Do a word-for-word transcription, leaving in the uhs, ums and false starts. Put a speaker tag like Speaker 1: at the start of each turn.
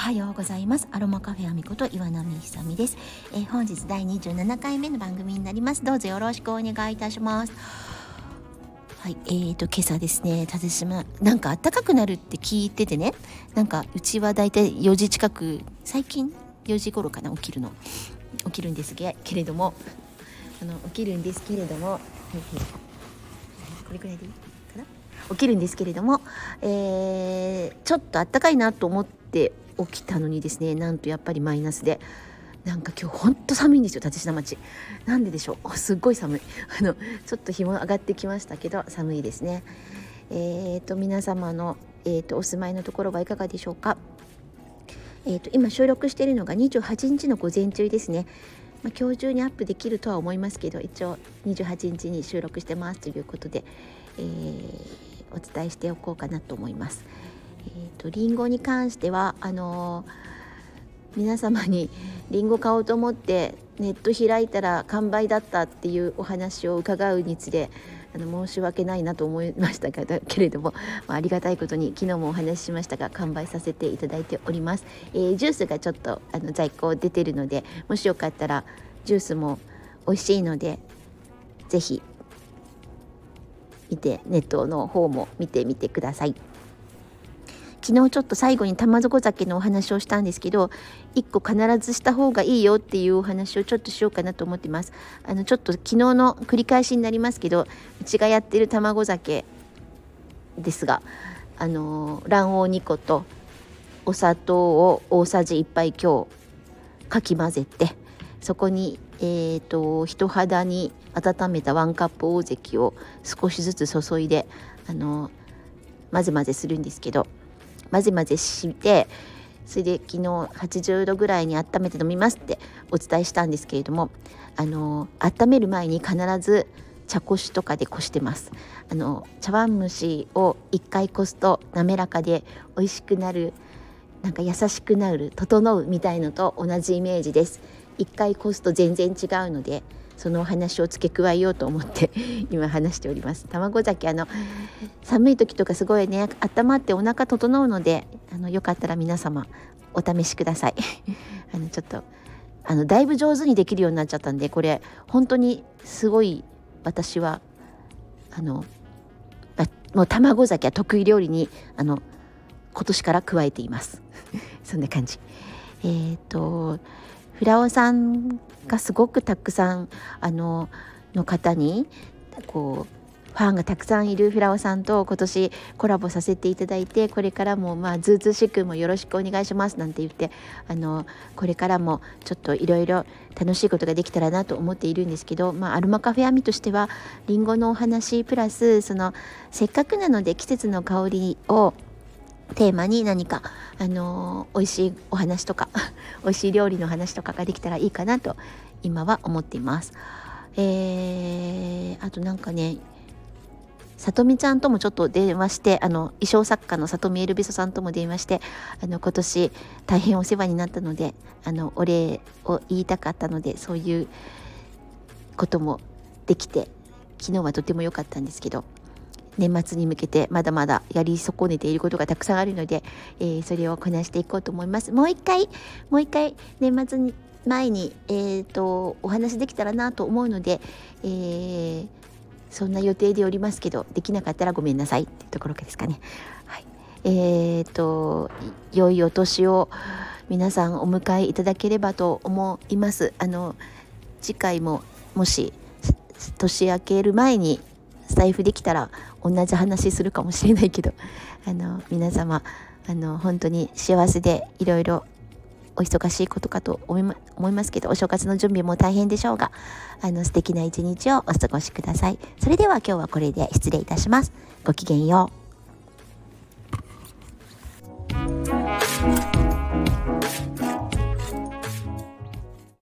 Speaker 1: はようございます。アロマカフェアミこと岩波久美です。えー、本日だいにじゅうななかいめの番組になります。どうぞよろしくお願いいたします。はい、えーと今朝ですね、立島なんか暖かくなるって聞いててね、なんかうちはだいたいよじ近く、最近よじ頃かな起きるの起きるんですけれどもあの起きるんですけれども、はい、これくらいでいいかな。起きるんですけれども、えー、ちょっと暖かいなと思って起きたのにですね、なんとやっぱりマイナスで、なんか今日ほんと寒いんですよ、立科町。なんででしょう、すっごい寒い。あのちょっと日も上がってきましたけど寒いですね。えーと皆様の、えーとお住まいのところはいかがでしょうか。えーと今収録しているのがにじゅうはちにちの午前中ですね。まあ、今日中にアップできるとは思いますけど、一応にじゅうはちにちに収録してますということで、えー、お伝えしておこうかなと思います。えーとリンゴに関してはあのー、皆様にリンゴ買おうと思ってネット開いたら完売だったっていうお話を伺うにつれ、あの申し訳ないなと思いましたけれども、まあ、ありがたいことに昨日もお話ししましたが完売させていただいております。えー、ジュースがちょっとあの在庫出てるので、もしよかったらジュースも美味しいのでぜひ見て、ネットの方も見てみてください。昨日ちょっと最後に玉底酒のお話をしたんですけど、いっこ必ずした方がいいよっていうお話をちょっとしようかなと思ってます。あのちょっと昨日の繰り返しになりますけど、うちがやってる卵酒ですが、あの卵黄にことお砂糖を大さじいっぱい強かき混ぜて、そこに、えーと人肌に温めたワンカップ大関を少しずつ注いで、あの混ぜ混ぜするんですけど、混ぜ混ぜして、それで昨日はちじゅうどぐらいに温めて飲みますってお伝えしたんですけれども、あの温める前に必ず茶こしとかでこしてます。あの茶碗蒸しをいっかいこすと滑らかで美味しくなる、なんか優しくなる、整うみたいのと同じイメージです。いっかいこすと全然違うので、そのお話を付け加えようと思って今話しております。卵酒、あの寒い時とかすごいね温まってお腹整うので、あのよかったら皆様お試しくださいあのちょっとあのだいぶ上手にできるようになっちゃったんで、これ本当にすごい、私はあのもう卵酒は得意料理にあの今年から加えていますそんな感じ。えーとフラオさんがすごくたくさんあのの方にこうファンがたくさんいるフラオさんと今年コラボさせていただいて、これからもまあずうずうしくもよろしくお願いしますなんて言って、あのこれからもちょっといろいろ楽しいことができたらなと思っているんですけど、まあ、アロマカフェアミとしてはリンゴのお話プラス、そのせっかくなので季節の香りをテーマに何か、あのー、美味しいお話とか美味しい料理の話とかができたらいいかなと今は思っています。えー、あとなんかね、さとみちゃんともちょっと電話して、あの衣装作家のさとみエルビソさんとも電話して、あの今年大変お世話になったので、あのお礼を言いたかったので、そういうこともできて昨日はとても良かったんですけど、年末に向けてまだまだやり損ねていることがたくさんあるので、えー、それをこなしていこうと思います。もう一回もう一回年末に前に、えー、とお話できたらなと思うので、えー、そんな予定でおりますけど、できなかったらごめんなさいっていうところですかね。はい、えー、と良いお年を皆さんお迎えいただければと思います。あの次回ももし年明ける前にスタイフできたら同じ話するかもしれないけど、あの皆様あの本当に幸せでいろいろお忙しいことかと思い、ま、思いますけど、お正月の準備も大変でしょうが、あの素敵な一日をお過ごしください。それでは今日はこれで失礼いたします。ごきげんよう。